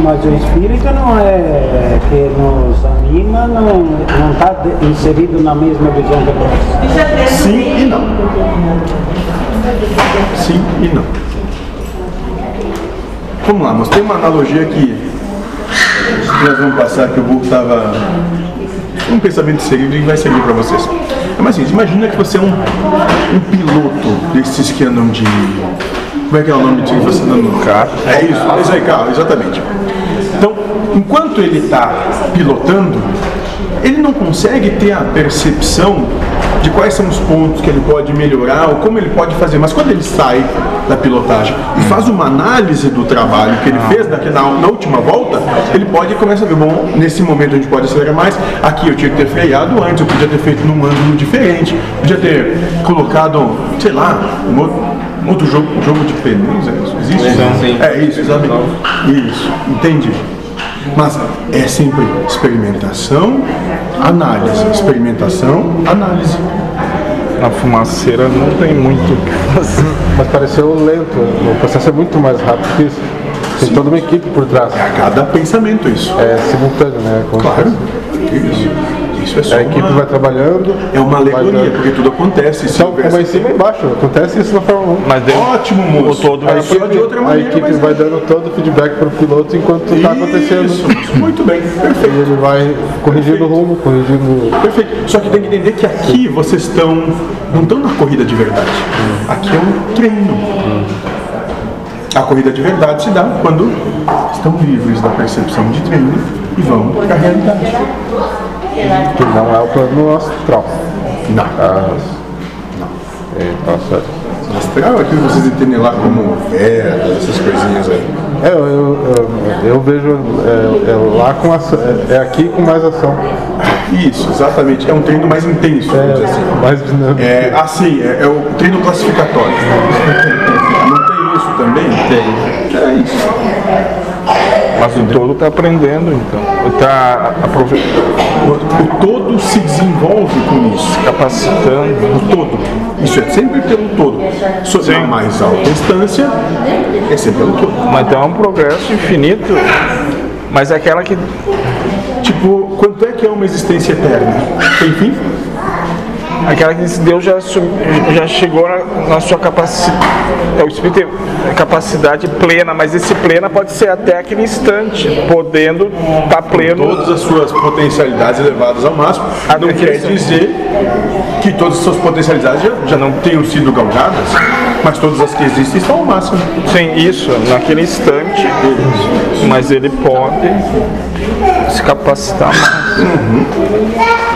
mas o Espírito não é que nos anima, não está inserido na mesma visão que nós. Sim e não. Sim e não. Vamos lá, mas tem uma analogia que nós vamos passar, que o Burro estava... Um pensamento seguido e vai seguir para vocês. Mas assim, imagina que você é um piloto desses que andam de... Como é que é o nome disso que você anda no carro? É isso aí, carro, exatamente. Então, enquanto ele está pilotando, ele não consegue ter a percepção de quais são os pontos que ele pode melhorar ou como ele pode fazer. Mas quando ele sai da pilotagem e faz uma análise do trabalho que ele fez na última volta, ele pode começar a ver, bom, nesse momento a gente pode acelerar mais, aqui eu tinha que ter freado antes, eu podia ter feito num ângulo diferente, podia ter colocado, sei lá, um outro jogo de pneus, existe? Sim. É isso, exatamente. Isso, entende? Mas é sempre experimentação, análise, experimentação, análise. Na fumaceira não tem muito o que fazer. Mas pareceu lento, o processo é muito mais rápido que isso. Tem toda uma equipe por trás. É a cada pensamento isso. É simultâneo, né? Claro. Isso é só a equipe vai trabalhando. É uma alegoria, porque tudo acontece. Então, como é em cima e embaixo, acontece isso na Fórmula 1. Mas ótimo, moço. Todo vai só de outra maneira. A equipe vai dando todo o feedback para o piloto enquanto está acontecendo. Isso, muito bem, perfeito. E ele vai corrigindo o rumo, corrigindo... Perfeito. Só que tem que entender que aqui vocês não estão na corrida de verdade. Aqui é um treino. A corrida de verdade se dá quando estão livres da percepção de treino e vão para a realidade. Que não é o plano astral. Não. Não. Tá certo. Astral é aquilo que vocês entendem lá como Veda, essas coisinhas aí. Eu vejo lá com ação, é aqui com mais ação. Isso, exatamente. É um treino mais intenso, vamos dizer assim. Mais dinâmico. É o treino classificatório. Não tem isso também? Tem. É isso. Mas o todo está aprendendo, então. Está O todo se desenvolve com isso. capacitando. O todo. Isso é sempre pelo todo. Sobre a mais alta instância, é sempre pelo todo. Mas então é um progresso infinito. Mas é aquela que... Tipo, quanto é que é uma existência eterna? Tem fim? Aquela que Deus já chegou na sua capacidade. O Espírito tem capacidade plena, mas esse plena pode ser até aquele instante, podendo estar pleno. Todas as suas potencialidades elevadas ao máximo. Não quer dizer que todas as suas potencialidades já não tenham sido galgadas, mas todas as que existem estão ao máximo. Sim, isso, naquele instante, mas ele pode se capacitar mais.